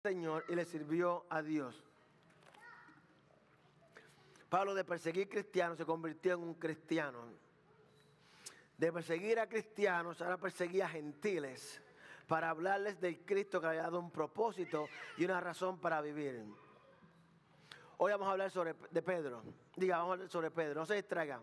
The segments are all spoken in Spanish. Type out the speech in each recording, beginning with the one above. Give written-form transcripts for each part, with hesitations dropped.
Señor y le sirvió a Dios. Pablo, de perseguir cristianos, se convirtió en un cristiano. De perseguir a cristianos, ahora perseguía a gentiles para hablarles del Cristo que le había dado un propósito y una razón para vivir. Hoy vamos a hablar de Pedro. Vamos a hablar sobre Pedro. No se distraiga.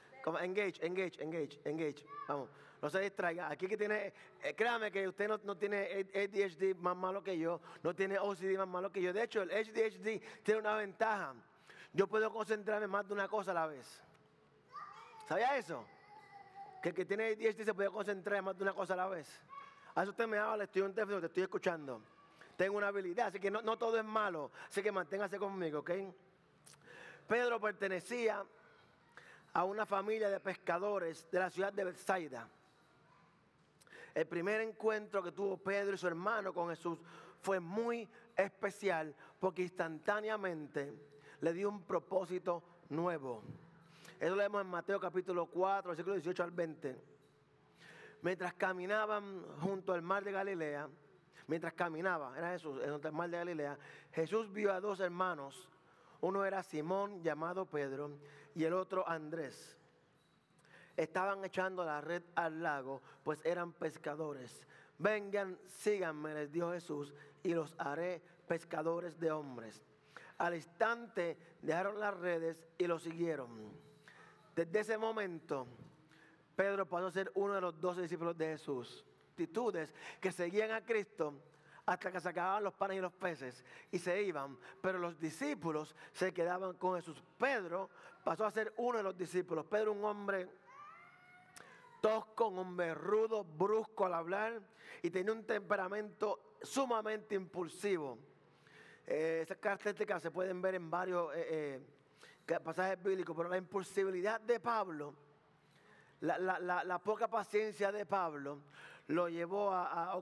Engage. Vamos, no se distraiga. Aquí que tiene, créame que usted no tiene ADHD más malo que yo, no tiene OCD más malo que yo. De hecho, el ADHD tiene una ventaja. Yo puedo concentrarme más de una cosa a la vez. ¿Sabía eso? Que el que tiene ADHD se puede concentrar más de una cosa a la vez. A eso usted me habla, estoy en un teléfono, te estoy escuchando. Tengo una habilidad, así que no todo es malo. Así que manténgase conmigo, ¿ok? Pedro pertenecía a una familia de pescadores de la ciudad de Bethsaida. El primer encuentro que tuvo Pedro y su hermano con Jesús fue muy especial porque instantáneamente le dio un propósito nuevo. Eso lo leemos en Mateo capítulo 4, versículo 18 al 20. Mientras caminaban junto al mar de Galilea, era Jesús, junto al mar de Galilea, Jesús vio a dos hermanos. Uno era Simón, llamado Pedro, y el otro Andrés. Estaban echando la red al lago, pues eran pescadores. Vengan, síganme, les dijo Jesús, y los haré pescadores de hombres. Al instante dejaron las redes y lo siguieron. Desde ese momento, Pedro pasó a ser uno de los 12 discípulos de Jesús. Actitudes que seguían a Cristo hasta que se acababan los panes y los peces y se iban, pero los discípulos se quedaban con Jesús. Pedro pasó a ser uno de los discípulos. Pedro, un hombre tosco, un hombre rudo, brusco al hablar y tenía un temperamento sumamente impulsivo. Esas características se pueden ver en varios pasajes bíblicos, pero la impulsividad de Pablo, la poca paciencia de Pablo, lo llevó a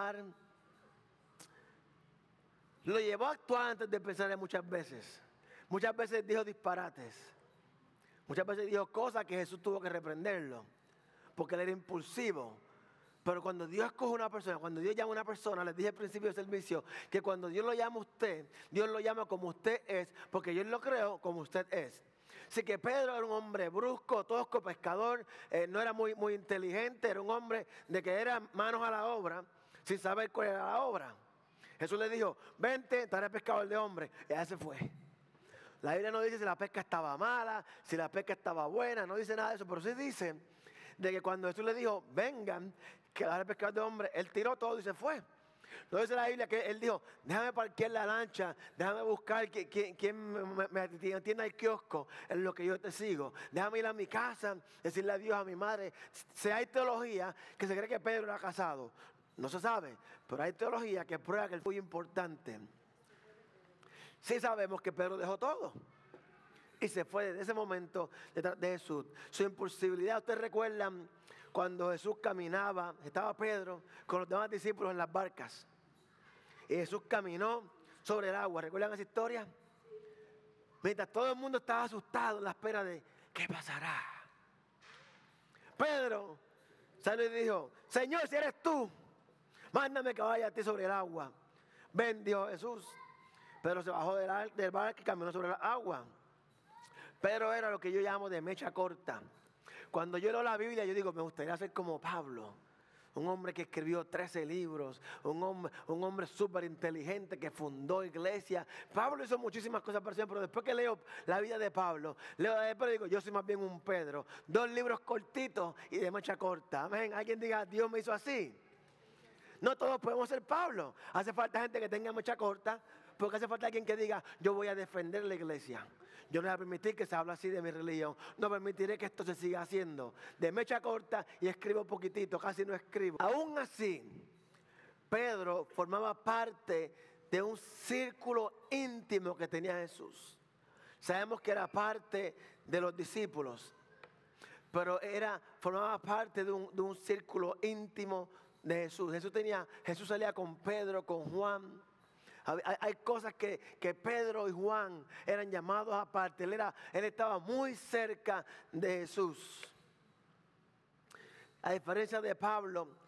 actuar antes de pensar muchas veces. Muchas veces dijo disparates. Muchas veces dijo cosas que Jesús tuvo que reprenderlo, porque él era impulsivo. Pero cuando Dios escoge una persona, cuando Dios llama a una persona, les dije al principio del servicio, que cuando Dios lo llama a usted, Dios lo llama como usted es, porque yo lo creo como usted es. Así que Pedro era un hombre brusco, tosco, pescador, no era muy inteligente, era un hombre de que era manos a la obra, sin saber cuál era la obra. Jesús le dijo, vente, te haré pescador de hombres, y ya se fue. La Biblia no dice si la pesca estaba mala, si la pesca estaba buena, no dice nada de eso, pero sí dice de que cuando Jesús le dijo, vengan, que haré pescador de hombres, él tiró todo y se fue. No dice la Biblia que él dijo, déjame parquear la lancha, déjame buscar quien me atienda el kiosco en lo que yo te sigo. Déjame ir a mi casa, decirle adiós a mi madre. Si hay teología que se cree que Pedro era casado, no se sabe, pero hay teología que prueba que él fue importante. Sí sabemos que Pedro dejó todo y se fue desde ese momento detrás de Jesús. Su impulsividad, ustedes recuerdan cuando Jesús caminaba, estaba Pedro con los demás discípulos en las barcas. Y Jesús caminó sobre el agua. ¿Recuerdan esa historia? Mientras todo el mundo estaba asustado en la espera de ¿qué pasará? Pedro salió y dijo, Señor, si eres tú, mándame que vaya a ti sobre el agua. Ven, dijo Jesús. Pedro se bajó del barco y caminó sobre el agua. Pedro era lo que yo llamo de mecha corta. Cuando yo leo la Biblia, yo digo, me gustaría ser como Pablo. Un hombre que escribió 13 libros, un hombre súper inteligente que fundó iglesia. Pablo hizo muchísimas cosas parecidas, pero después que leo la vida de Pablo, leo de Pedro y digo, yo soy más bien un Pedro. 2 libros cortitos y de mecha corta. Amén. Alguien diga, Dios me hizo así. No todos podemos ser Pablo. Hace falta gente que tenga mecha corta, porque hace falta alguien que diga, yo voy a defender la iglesia. Yo no voy a permitir que se hable así de mi religión. No permitiré que esto se siga haciendo. De mecha corta y escribo poquitito, casi no escribo. Aún así, Pedro formaba parte de un círculo íntimo que tenía Jesús. Sabemos que era parte de los discípulos, pero formaba parte de un círculo íntimo de Jesús. Jesús salía con Pedro, con Juan. Hay cosas que Pedro y Juan eran llamados aparte. Él estaba muy cerca de Jesús. A diferencia de Pablo,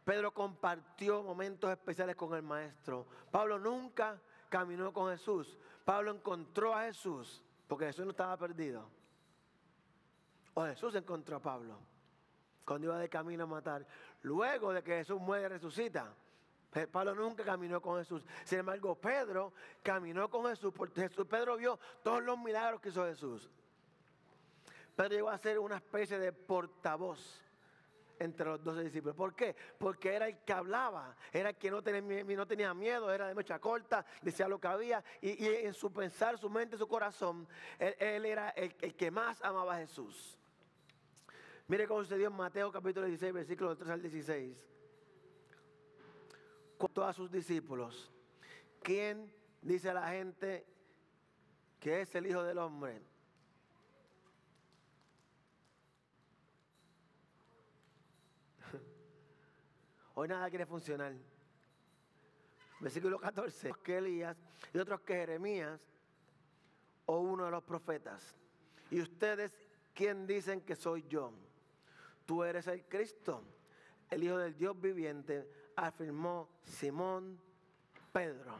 Pedro compartió momentos especiales con el Maestro. Pablo nunca caminó con Jesús. Pablo encontró a Jesús porque Jesús no estaba perdido. O Jesús encontró a Pablo cuando iba de camino a matar. Luego de que Jesús muere y resucita, Pablo nunca caminó con Jesús. Sin embargo, Pedro caminó con Jesús porque Pedro vio todos los milagros que hizo Jesús. Pedro llegó a ser una especie de portavoz entre los 12 discípulos. ¿Por qué? Porque era el que hablaba, era el que no tenía miedo, era de mecha corta, decía lo que había, y en su pensar, su mente, su corazón, él era el que más amaba a Jesús. Mire cómo sucedió en Mateo capítulo 16, versículos 3 al 16. Con todos sus discípulos, ¿quién dice a la gente que es el Hijo del Hombre? Hoy nada quiere funcionar. Versículo 14. Que Elías y otros que Jeremías o uno de los profetas. ¿Y ustedes quién dicen que soy yo? Tú eres el Cristo, el Hijo del Dios viviente, afirmó Simón Pedro.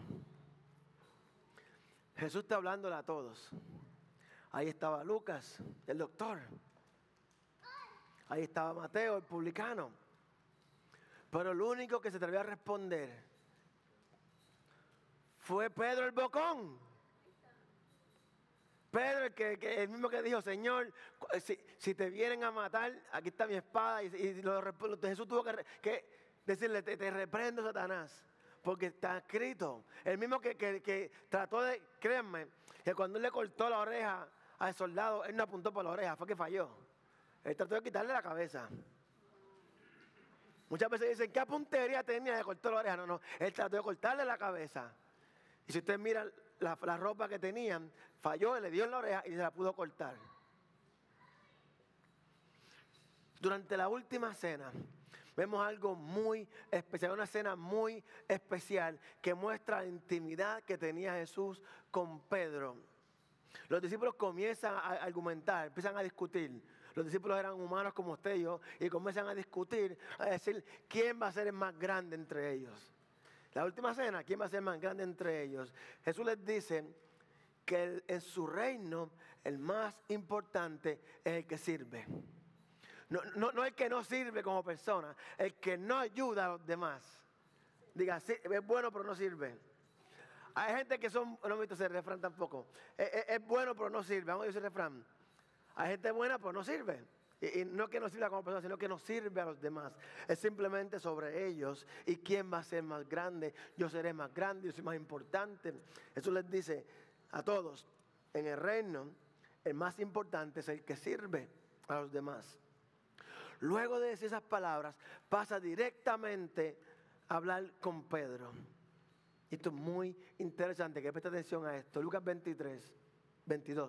Jesús está hablándole a todos. Ahí estaba Lucas, el doctor. Ahí estaba Mateo, el publicano. Pero el único que se atrevió a responder fue Pedro el bocón. Pedro, el mismo que dijo, Señor, si te vienen a matar, aquí está mi espada. Jesús tuvo que decirle, te reprendo, Satanás, porque está escrito. El mismo que trató de, créanme, que cuando él le cortó la oreja al soldado, él no apuntó por la oreja, fue que falló. Él trató de quitarle la cabeza. Muchas veces dicen, ¿qué puntería tenía? Le cortó la oreja. No, él trató de cortarle la cabeza. Y si ustedes miran la ropa que tenían, falló, le dio en la oreja y se la pudo cortar. Durante la última cena, vemos algo muy especial, una cena muy especial que muestra la intimidad que tenía Jesús con Pedro. Los discípulos comienzan a argumentar, empiezan a discutir. Los discípulos eran humanos como usted y yo, y comienzan a discutir, a decir quién va a ser el más grande entre ellos. La última cena, ¿quién va a ser el más grande entre ellos? Jesús les dice que en su reino el más importante es el que sirve. No el que no sirve como persona, el que no ayuda a los demás. Diga, sí, es bueno pero no sirve. Hay gente que son, no me gusta ese refrán tampoco, es bueno pero no sirve, vamos a decir ese refrán. Hay gente buena pero no sirve. Y no que no sirva como persona, sino que no sirve a los demás. Es simplemente sobre ellos. ¿Y quién va a ser más grande? Yo seré más grande, yo soy más importante. Eso les dice a todos, en el reino, el más importante es el que sirve a los demás. Luego de decir esas palabras, pasa directamente a hablar con Pedro. Y esto es muy interesante, que preste atención a esto. Lucas 22.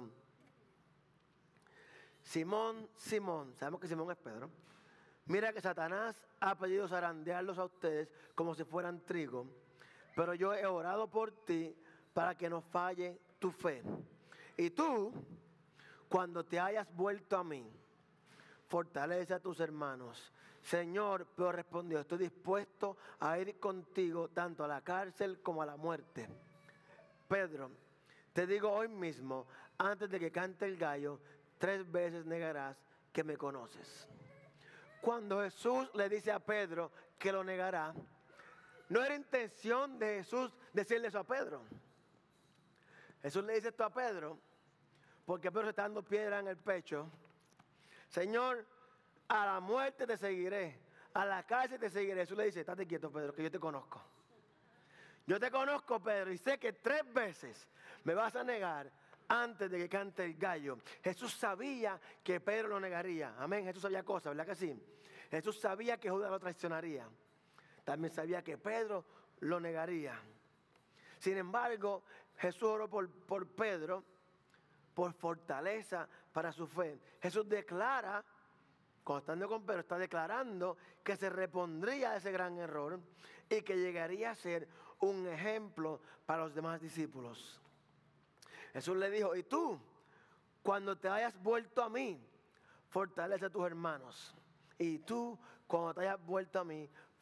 Simón, Simón, sabemos que Simón es Pedro. Mira que Satanás ha pedido zarandearlos a ustedes como si fueran trigo. Pero yo he orado por ti para que no falle tu fe. Y tú, cuando te hayas vuelto a mí, fortalece a tus hermanos. Señor, pero respondió, estoy dispuesto a ir contigo tanto a la cárcel como a la muerte. Pedro, te digo hoy mismo, antes de que cante el gallo, 3 veces negarás que me conoces. Cuando Jesús le dice a Pedro que lo negará, no era intención de Jesús decirle eso a Pedro. Jesús le dice esto a Pedro porque Pedro se está dando piedra en el pecho. Señor, a la muerte te seguiré, a la cárcel te seguiré. Jesús le dice, estate quieto, Pedro, que yo te conozco. Yo te conozco, Pedro, y sé que 3 veces me vas a negar antes de que cante el gallo. Jesús sabía que Pedro lo negaría. Amén. Jesús sabía cosas, ¿verdad que sí? Jesús sabía que Judas lo traicionaría. También sabía que Pedro lo negaría. Sin embargo, Jesús oró por Pedro, por fortaleza para su fe. Jesús declara, cuando estando con Pedro, está declarando que se repondría de ese gran error y que llegaría a ser un ejemplo para los demás discípulos. Jesús le dijo, y tú, cuando te hayas vuelto a mí, fortalece a tus hermanos. Y tú, cuando te hayas vuelto a mí,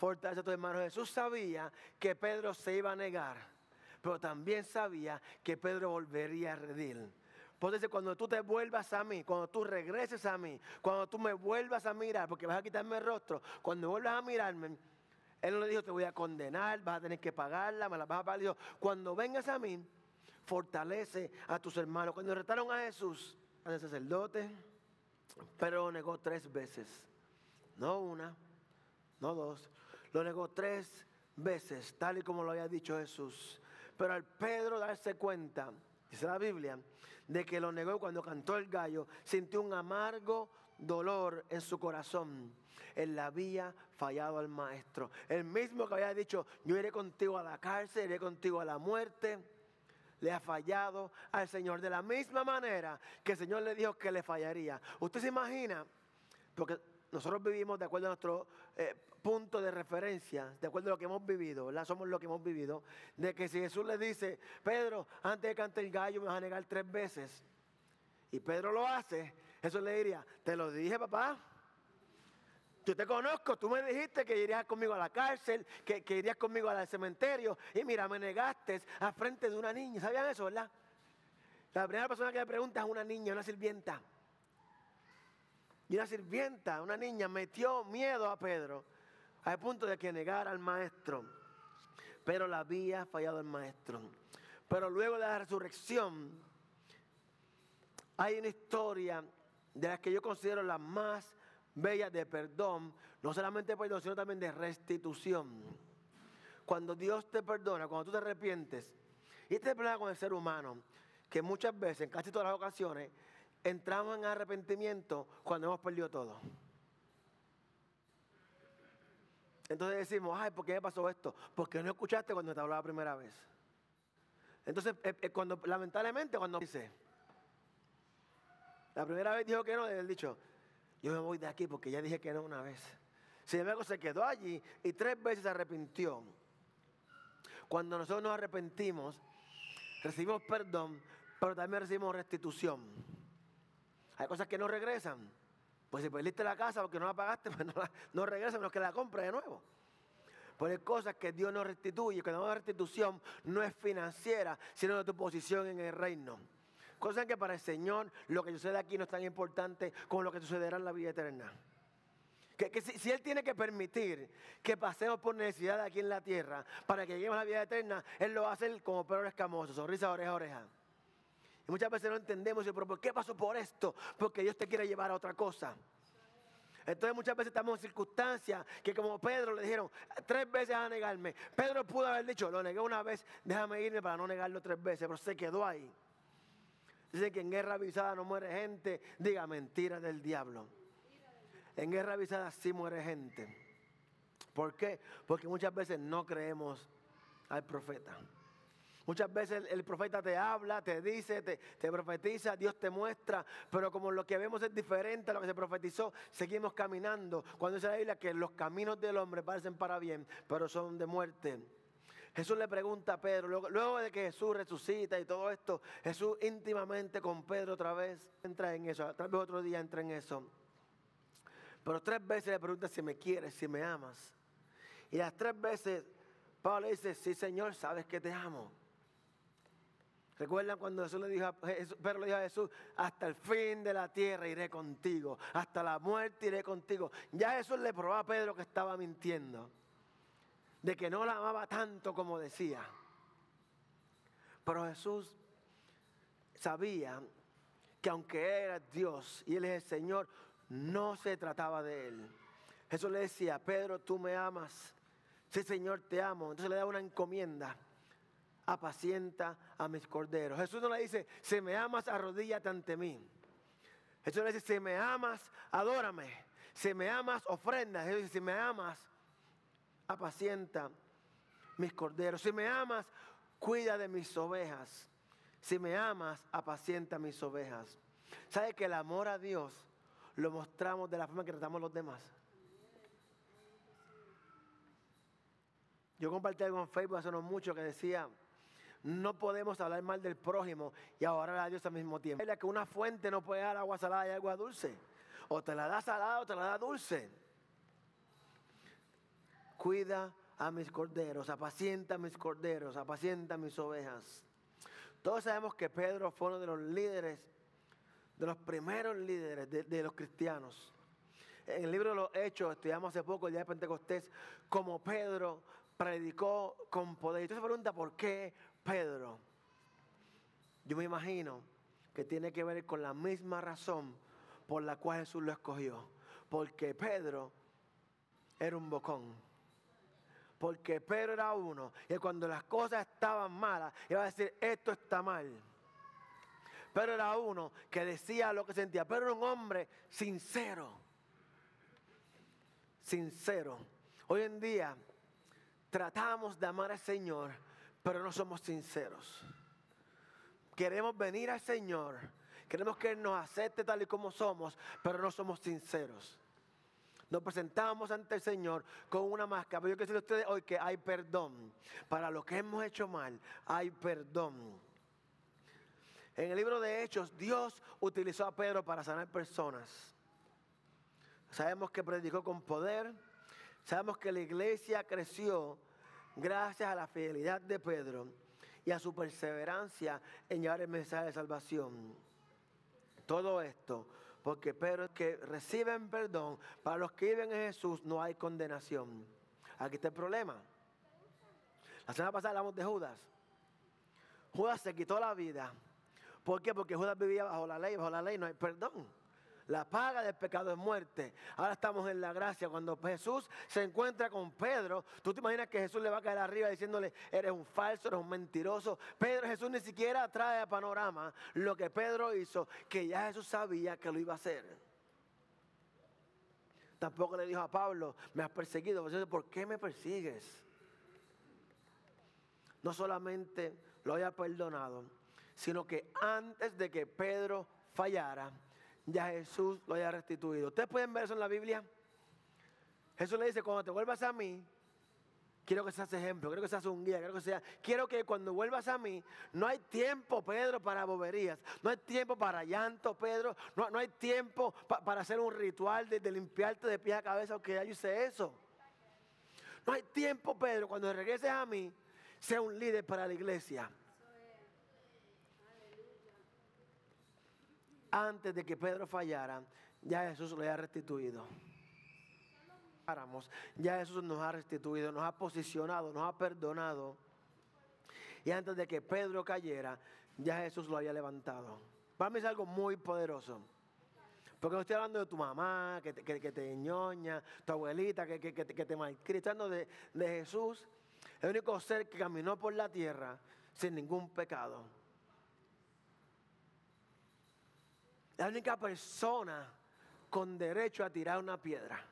fortalece a tus hermanos. Jesús sabía que Pedro se iba a negar, pero también sabía que Pedro volvería a redil. Por eso cuando tú te vuelvas a mí, cuando tú regreses a mí, cuando tú me vuelvas a mirar, porque vas a quitarme el rostro, cuando vuelvas a mirarme, Él no le dijo te voy a condenar, vas a tener que pagarla, me la vas a pagar. Dijo, cuando vengas a mí, fortalece a tus hermanos. Cuando retaron a Jesús, al sacerdote, Pedro lo negó 3 veces. No una, no 2, lo negó 3 veces, tal y como lo había dicho Jesús. Pero al Pedro darse cuenta, dice la Biblia, de que lo negó cuando cantó el gallo, sintió un amargo dolor en su corazón. Él le había fallado al maestro. El mismo que había dicho, yo iré contigo a la cárcel, iré contigo a la muerte, le ha fallado al Señor. De la misma manera que el Señor le dijo que le fallaría. Usted se imagina, porque nosotros vivimos de acuerdo a nuestro punto de referencia, de acuerdo a lo que hemos vivido, ¿verdad? Somos lo que hemos vivido, de que si Jesús le dice, Pedro, antes de cantar el gallo me vas a negar 3 veces, y Pedro lo hace, Jesús le diría, te lo dije, papá, yo te conozco, tú me dijiste que irías conmigo a la cárcel, que irías conmigo al cementerio, y mira, me negaste a frente de una niña. ¿Sabían eso, verdad? La primera persona que le pregunta es una niña, una sirvienta. Y una sirvienta, una niña, metió miedo a Pedro al punto de que negara al maestro. Pero le había fallado el maestro. Pero luego de la resurrección, hay una historia de las que yo considero la más bella de perdón, no solamente perdón, sino también de restitución. Cuando Dios te perdona, cuando tú te arrepientes, y este es el problema con el ser humano, que muchas veces, en casi todas las ocasiones, entramos en arrepentimiento cuando hemos perdido todo. Entonces decimos, ay, ¿por qué me pasó esto? Porque no escuchaste cuando te hablaba la primera vez. Entonces, lamentablemente, cuando dice, la primera vez dijo que no, debe haber dicho, yo me voy de aquí porque ya dije que no una vez. Sin embargo, se quedó allí y 3 veces se arrepintió. Cuando nosotros nos arrepentimos, recibimos perdón, pero también recibimos restitución. Hay cosas que no regresan. Pues si perdiste la casa porque no la pagaste, pues no regresa, menos que la compre de nuevo. Pero hay cosas que Dios nos restituye. Cuando la restitución no es financiera, sino de tu posición en el reino. Cosas que para el Señor lo que sucede aquí no es tan importante como lo que sucederá en la vida eterna. Que si Él tiene que permitir que pasemos por necesidad aquí en la tierra para que lleguemos a la vida eterna, Él lo va a hacer como perro escamoso, sonrisa oreja a oreja. Y muchas veces no entendemos, pero ¿por qué pasó por esto? Porque Dios te quiere llevar a otra cosa. Entonces muchas veces estamos en circunstancias que como Pedro le dijeron 3 veces a negarme. Pedro pudo haber dicho, lo negué una vez, déjame irme para no negarlo 3 veces, pero se quedó ahí. Dice que en guerra avisada no muere gente, diga mentira del diablo. En guerra avisada sí muere gente. ¿Por qué? Porque muchas veces no creemos al profeta. Muchas veces el profeta te habla, te dice, te profetiza, Dios te muestra, pero como lo que vemos es diferente a lo que se profetizó, seguimos caminando. Cuando dice la Biblia que los caminos del hombre parecen para bien, pero son de muerte. Jesús le pregunta a Pedro, luego de que Jesús resucita y todo esto, Jesús íntimamente con Pedro otra vez entra en eso, tal vez otro día entra en eso. Pero 3 veces le pregunta si me quieres, si me amas. Y las 3 veces Pablo le dice, sí Señor, sabes que te amo. ¿Recuerdan cuando Pedro le dijo a Jesús, hasta el fin de la tierra iré contigo, hasta la muerte iré contigo? Ya Jesús le probó a Pedro que estaba mintiendo, de que no la amaba tanto como decía. Pero Jesús sabía que aunque Él era Dios y Él es el Señor, no se trataba de Él. Jesús le decía, Pedro, tú me amas. Sí, Señor, te amo. Entonces le da una encomienda. Apacienta a mis corderos. Jesús no le dice, si me amas, arrodíllate ante mí. Jesús le dice, si me amas, adórame. Si me amas, ofrenda. Jesús dice, si me amas, apacienta mis corderos. Si me amas, cuida de mis ovejas. Si me amas, apacienta mis ovejas. ¿Sabe que el amor a Dios lo mostramos de la forma que tratamos a los demás? Yo compartí algo en Facebook hace no mucho que decía, no podemos hablar mal del prójimo y adorar a Dios al mismo tiempo. Es que una fuente no puede dar agua salada y agua dulce. O te la da salada o te la da dulce. cuida a mis corderos, apacienta a mis corderos, apacienta a mis ovejas. Todos sabemos que Pedro fue uno de los líderes, de los primeros líderes de los cristianos. En el libro de los Hechos, estudiamos hace poco el día de Pentecostés, como Pedro predicó con poder. Y usted se pregunta, ¿por qué Pedro? Yo me imagino que tiene que ver con la misma razón por la cual Jesús lo escogió. Porque Pedro era un bocón. Porque Pedro era uno, y cuando las cosas estaban malas, iba a decir, esto está mal. Pedro era uno que decía lo que sentía. Pedro era un hombre sincero. Sincero. Hoy en día tratamos de amar al Señor, pero no somos sinceros. Queremos venir al Señor, queremos que Él nos acepte tal y como somos, pero no somos sinceros. Nos presentamos ante el Señor con una máscara. Pero yo quiero decirle a ustedes hoy que hay perdón. Para lo que hemos hecho mal, hay perdón. En el libro de Hechos, Dios utilizó a Pedro para sanar personas. Sabemos que predicó con poder. Sabemos que la iglesia creció gracias a la fidelidad de Pedro y a su perseverancia en llevar el mensaje de salvación. Todo esto porque Pedro es que reciben perdón. Para los que viven en Jesús no hay condenación. Aquí está el problema. La semana pasada hablamos de Judas. Judas se quitó la vida. ¿Por qué? Porque Judas vivía bajo la ley. Bajo la ley no hay perdón. La paga del pecado es muerte. Ahora estamos en la gracia. Cuando Jesús se encuentra con Pedro, tú te imaginas que Jesús le va a caer arriba diciéndole, eres un falso, eres un mentiroso. Jesús ni siquiera trae a panorama lo que Pedro hizo, que ya Jesús sabía que lo iba a hacer. Tampoco le dijo a Pablo, me has perseguido. ¿Por qué me persigues? No solamente lo haya perdonado, sino que antes de que Pedro fallara, ya Jesús lo haya restituido. ¿Ustedes pueden ver eso en la Biblia? Jesús le dice, cuando te vuelvas a mí, quiero que seas ejemplo, quiero que seas un guía, quiero que cuando vuelvas a mí, no hay tiempo, Pedro, para boberías, no hay tiempo para llanto, Pedro, no hay tiempo para hacer un ritual de limpiarte de pie a cabeza, aunque ya yo hice eso. No hay tiempo, Pedro, cuando regreses a mí, sea un líder para la iglesia. Antes de que Pedro fallara, ya Jesús lo había restituido. Ya Jesús nos ha restituido, nos ha posicionado, nos ha perdonado. Y antes de que Pedro cayera, ya Jesús lo había levantado. Para mí es algo muy poderoso. Porque no estoy hablando de tu mamá, que te ñoña, tu abuelita, que te malcrita. Estoy hablando de Jesús, el único ser que caminó por la tierra sin ningún pecado. La única persona con derecho a tirar una piedra.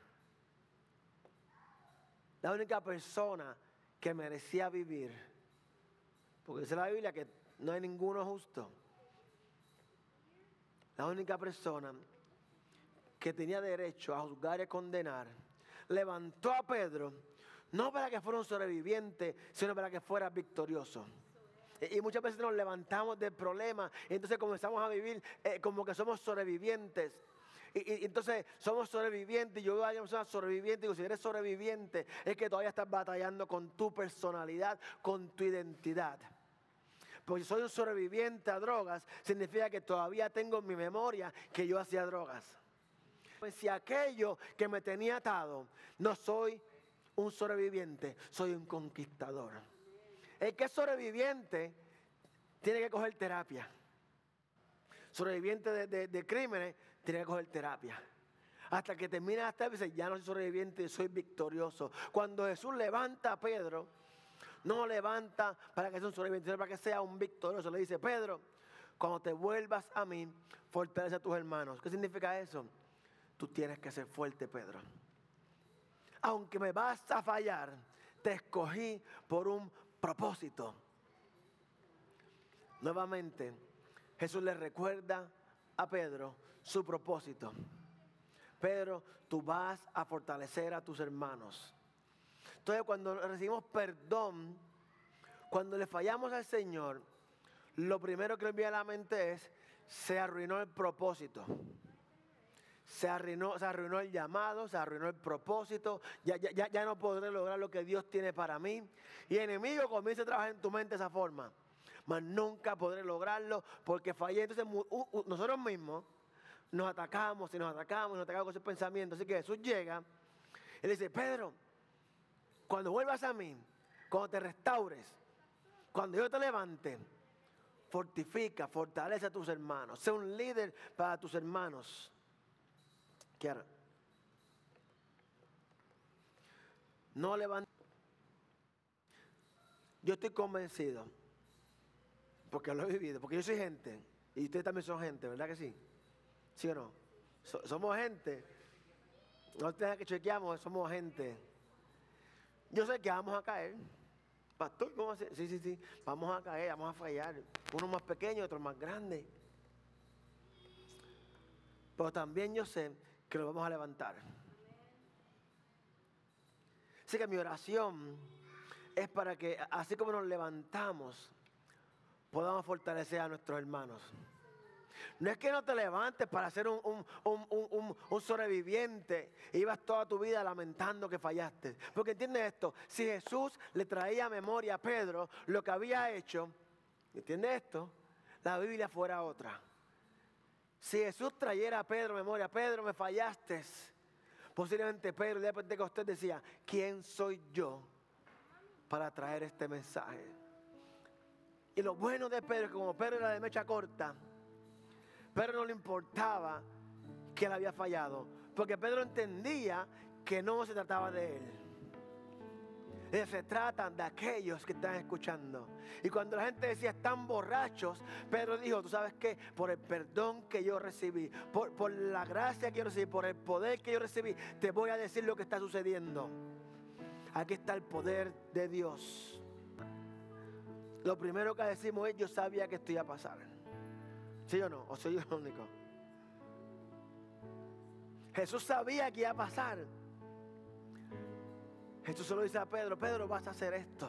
La única persona que merecía vivir. Porque dice la Biblia que no hay ninguno justo. La única persona que tenía derecho a juzgar y a condenar, levantó a Pedro, no para que fuera un sobreviviente, sino para que fuera victorioso. Y muchas veces nos levantamos del problema, y entonces comenzamos a vivir como que somos sobrevivientes. Y entonces somos sobrevivientes. Yo veo a alguien persona sobreviviente y digo, si eres sobreviviente, es que todavía estás batallando con tu personalidad, con tu identidad. Porque si soy un sobreviviente a drogas, significa que todavía tengo en mi memoria que yo hacía drogas. Pues si aquello que me tenía atado, no soy un sobreviviente, soy un conquistador. El que es sobreviviente tiene que coger terapia. Sobreviviente de crímenes tiene que coger terapia. Hasta que termina la terapia y dice, ya no soy sobreviviente, soy victorioso. Cuando Jesús levanta a Pedro, no levanta para que sea un sobreviviente, sino para que sea un victorioso. Le dice, Pedro, cuando te vuelvas a mí, fortalece a tus hermanos. ¿Qué significa eso? Tú tienes que ser fuerte, Pedro. Aunque me vas a fallar, te escogí por un propósito. Nuevamente, Jesús le recuerda a Pedro su propósito. Pedro, tú vas a fortalecer a tus hermanos. Entonces, cuando recibimos perdón, cuando le fallamos al Señor, lo primero que le viene a la mente es, se arruinó el propósito. se arruinó el llamado, se arruinó el propósito, ya no podré lograr lo que Dios tiene para mí. Y el enemigo comienza a trabajar en tu mente de esa forma. Mas nunca podré lograrlo porque fallé. Entonces nosotros mismos nos atacamos con esos pensamientos. Así que Jesús llega y le dice, Pedro, cuando vuelvas a mí, cuando te restaures, cuando yo te levante, fortalece a tus hermanos. Sé un líder para tus hermanos. Quiero. No levante. Yo estoy convencido, porque lo he vivido, porque yo soy gente, y ustedes también son gente, ¿verdad que sí? ¿Sí o no? Somos gente. No tengas que chequeamos, somos gente. Yo sé que vamos a caer. Pastor, ¿cómo hace? Sí. Vamos a caer, vamos a fallar. Uno más pequeño, otro más grande. Pero también yo sé que lo vamos a levantar. Así que mi oración es para que, así como nos levantamos, podamos fortalecer a nuestros hermanos. No es que no te levantes para ser un sobreviviente y ibas toda tu vida lamentando que fallaste. Porque entiende esto, si Jesús le traía a memoria a Pedro lo que había hecho, ¿entiende esto? La Biblia fuera otra. Si Jesús trayera a Pedro a memoria, Pedro, me fallaste. Posiblemente Pedro, el día de Pentecostés, decía, ¿quién soy yo para traer este mensaje? Y lo bueno de Pedro es que como Pedro era de mecha corta, Pedro no le importaba que él había fallado, porque Pedro entendía que no se trataba de él. Se tratan de aquellos que están escuchando. Y cuando la gente decía están borrachos, Pedro dijo, ¿tú sabes qué? Por el perdón que yo recibí, por la gracia que yo recibí, por el poder que yo recibí, te voy a decir lo que está sucediendo. Aquí está el poder de Dios. Lo primero que decimos es, yo sabía que esto iba a pasar. ¿Sí o no? ¿O soy yo el único? Jesús sabía que iba a pasar. Jesús solo dice a Pedro, Pedro, vas a hacer esto.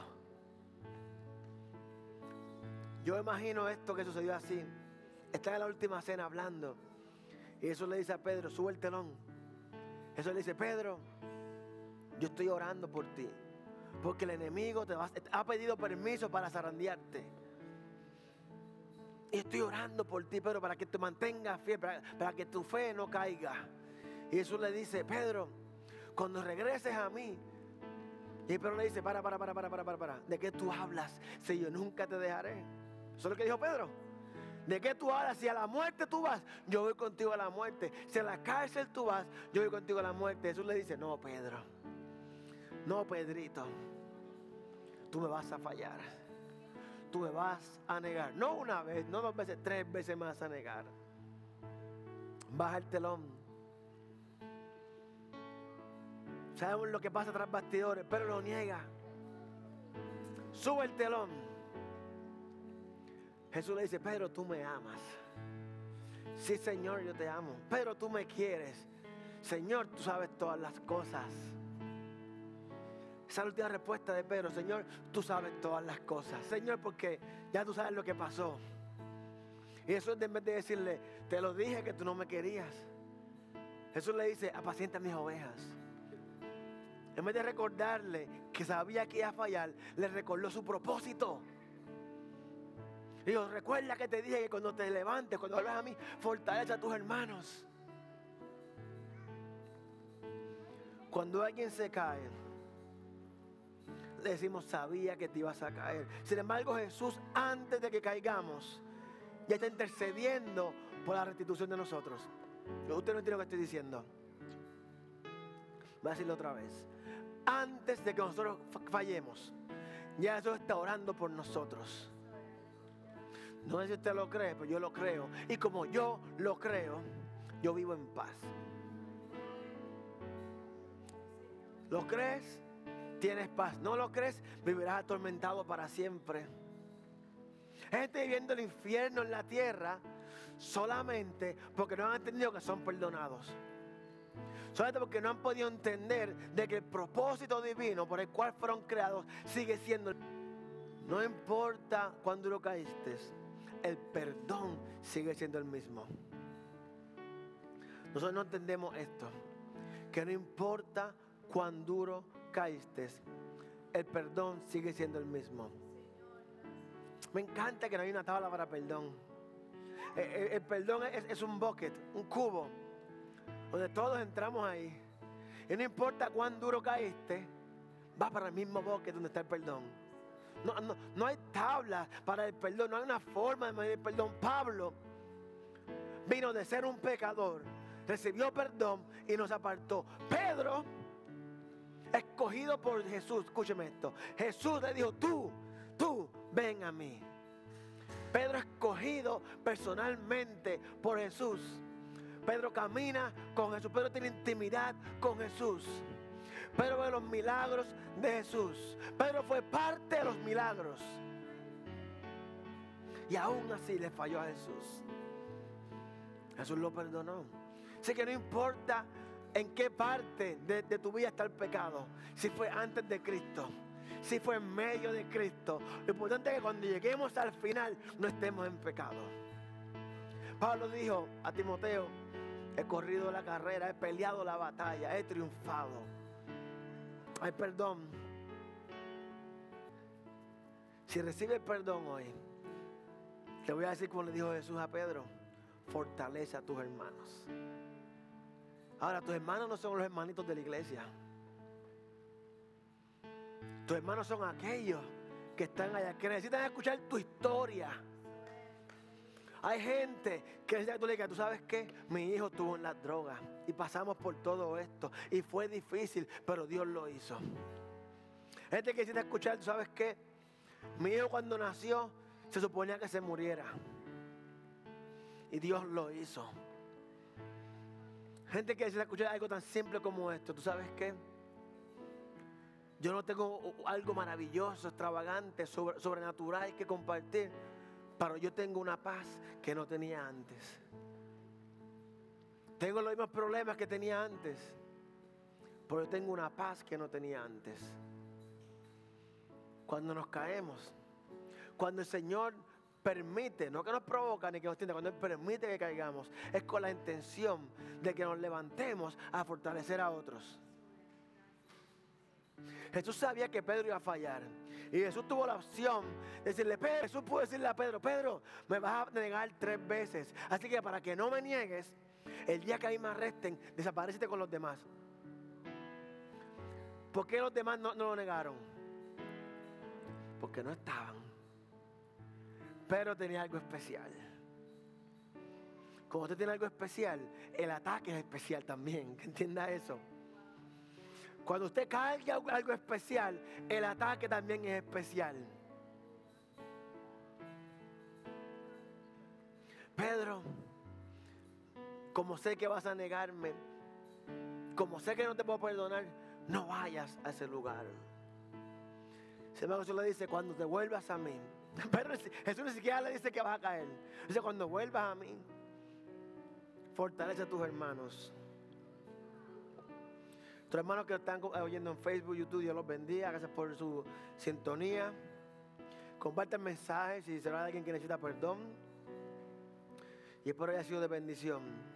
Yo imagino esto que sucedió así. Están en la última cena hablando. Y Jesús le dice a Pedro, sube el telón. Jesús le dice, Pedro, yo estoy orando por ti. Porque el enemigo ha pedido permiso para zarandearte. Y estoy orando por ti, Pedro, para que te mantengas fiel, para que tu fe no caiga. Y Jesús le dice, Pedro, cuando regreses a mí. Y Pedro le dice, para. ¿De qué tú hablas si yo nunca te dejaré? Eso es lo que dijo Pedro. ¿De qué tú hablas? Si a la muerte tú vas, yo voy contigo a la muerte. Si a la cárcel tú vas, yo voy contigo a la muerte. Jesús le dice, no, Pedro. No, Pedrito. Tú me vas a fallar. Tú me vas a negar. No una vez, no 2 veces, 3 veces más a negar. Baja el telón. Sabemos lo que pasa tras bastidores, pero lo niega. Sube el telón. Jesús le dice, Pedro, tú me amas. Sí, Señor, yo te amo. Pedro, tú me quieres. Señor, tú sabes todas las cosas. Esa es la última respuesta de Pedro. Señor, tú sabes todas las cosas. Señor, porque ya tú sabes lo que pasó. Y Jesús, en vez de decirle, te lo dije que tú no me querías, Jesús le dice, apacienta mis ovejas. En vez de recordarle que sabía que iba a fallar, le recordó su propósito. Y dijo, recuerda que te dije que cuando te levantes, cuando hablas a mí, fortalece a tus hermanos. Cuando alguien se cae, le decimos, sabía que te ibas a caer. Sin embargo, Jesús, antes de que caigamos, ya está intercediendo por la restitución de nosotros. Usted no entiende lo que estoy diciendo. Voy a decirlo otra vez. Antes de que nosotros fallemos, ya Jesús está orando por nosotros. No sé si usted lo cree, pero yo lo creo. Y como yo lo creo, yo vivo en paz. ¿Lo crees? Tienes paz. ¿No lo crees? Vivirás atormentado para siempre. Hay gente viviendo el infierno en la tierra solamente porque no han entendido que son perdonados. Solamente porque no han podido entender de que el propósito divino por el cual fueron creados sigue siendo. No importa cuándo lo caíste, el perdón sigue siendo el mismo. Nosotros no entendemos esto, que no importa cuán duro caíste, el perdón sigue siendo el mismo. Me encanta que no hay una tabla para perdón. El perdón es un bucket, un cubo, donde todos entramos ahí. Y no importa cuán duro caíste, va para el mismo bucket donde está el perdón. No hay tabla para el perdón, no hay una forma de medir el perdón. Pablo vino de ser un pecador, recibió perdón y nos apartó. Pedro, escogido por Jesús, escúcheme esto. Jesús le dijo, tú ven a mí. Pedro escogido personalmente por Jesús. Pedro camina con Jesús. Pedro tiene intimidad con Jesús. Pedro ve los milagros de Jesús. Pedro fue parte de los milagros. Y aún así le falló a Jesús. Jesús lo perdonó. Así que no importa en qué parte de tu vida está el pecado. Si fue antes de Cristo, si fue en medio de Cristo. Lo importante es que cuando lleguemos al final no estemos en pecado. Pablo dijo a Timoteo, he corrido la carrera, he peleado la batalla, he triunfado. Hay perdón. Si recibe el perdón hoy, te voy a decir como le dijo Jesús a Pedro, fortalece a tus hermanos. Ahora, tus hermanos no son los hermanitos de la iglesia. Tus hermanos son aquellos que están allá, que necesitan escuchar tu historia. Hay gente que necesita que tú le digas, ¿tú sabes qué? Mi hijo estuvo en las drogas y pasamos por todo esto y fue difícil, pero Dios lo hizo. Gente que necesita escuchar, ¿tú sabes qué? Mi hijo cuando nació se suponía que se muriera y Dios lo hizo. Gente que necesita escuchar algo tan simple como esto, ¿tú sabes qué? Yo no tengo algo maravilloso, extravagante, sobrenatural que compartir, pero yo tengo una paz que no tenía antes. Tengo los mismos problemas que tenía antes, pero yo tengo una paz que no tenía antes. Cuando nos caemos, cuando el Señor permite, no que nos provoca ni que nos tienda, cuando Él permite que caigamos, es con la intención de que nos levantemos a fortalecer a otros. Jesús sabía que Pedro iba a fallar. Y Jesús tuvo la opción de decirle, Pedro, Jesús pudo decirle a Pedro, Pedro, me vas a negar 3 veces. Así que para que no me niegues, el día que ahí me arresten, desaparecete con los demás. ¿Por qué los demás no lo negaron? Porque no estaban. Pedro tenía algo especial. Como usted tiene algo especial, el ataque es especial también. Que entienda eso. Cuando usted carga algo especial, el ataque también es especial. Pedro, como sé que vas a negarme, como sé que no te puedo perdonar, no vayas a ese lugar. Sin embargo, Jesús le dice, cuando te vuelvas a mí. Pero Jesús ni siquiera le dice que vas a caer. Dice, cuando vuelvas a mí, fortalece a tus hermanos. Tus hermanos que están oyendo en Facebook, YouTube, Dios los bendiga. Gracias por su sintonía. Compartan mensajes si será alguien que necesita perdón. Y espero haya sido de bendición.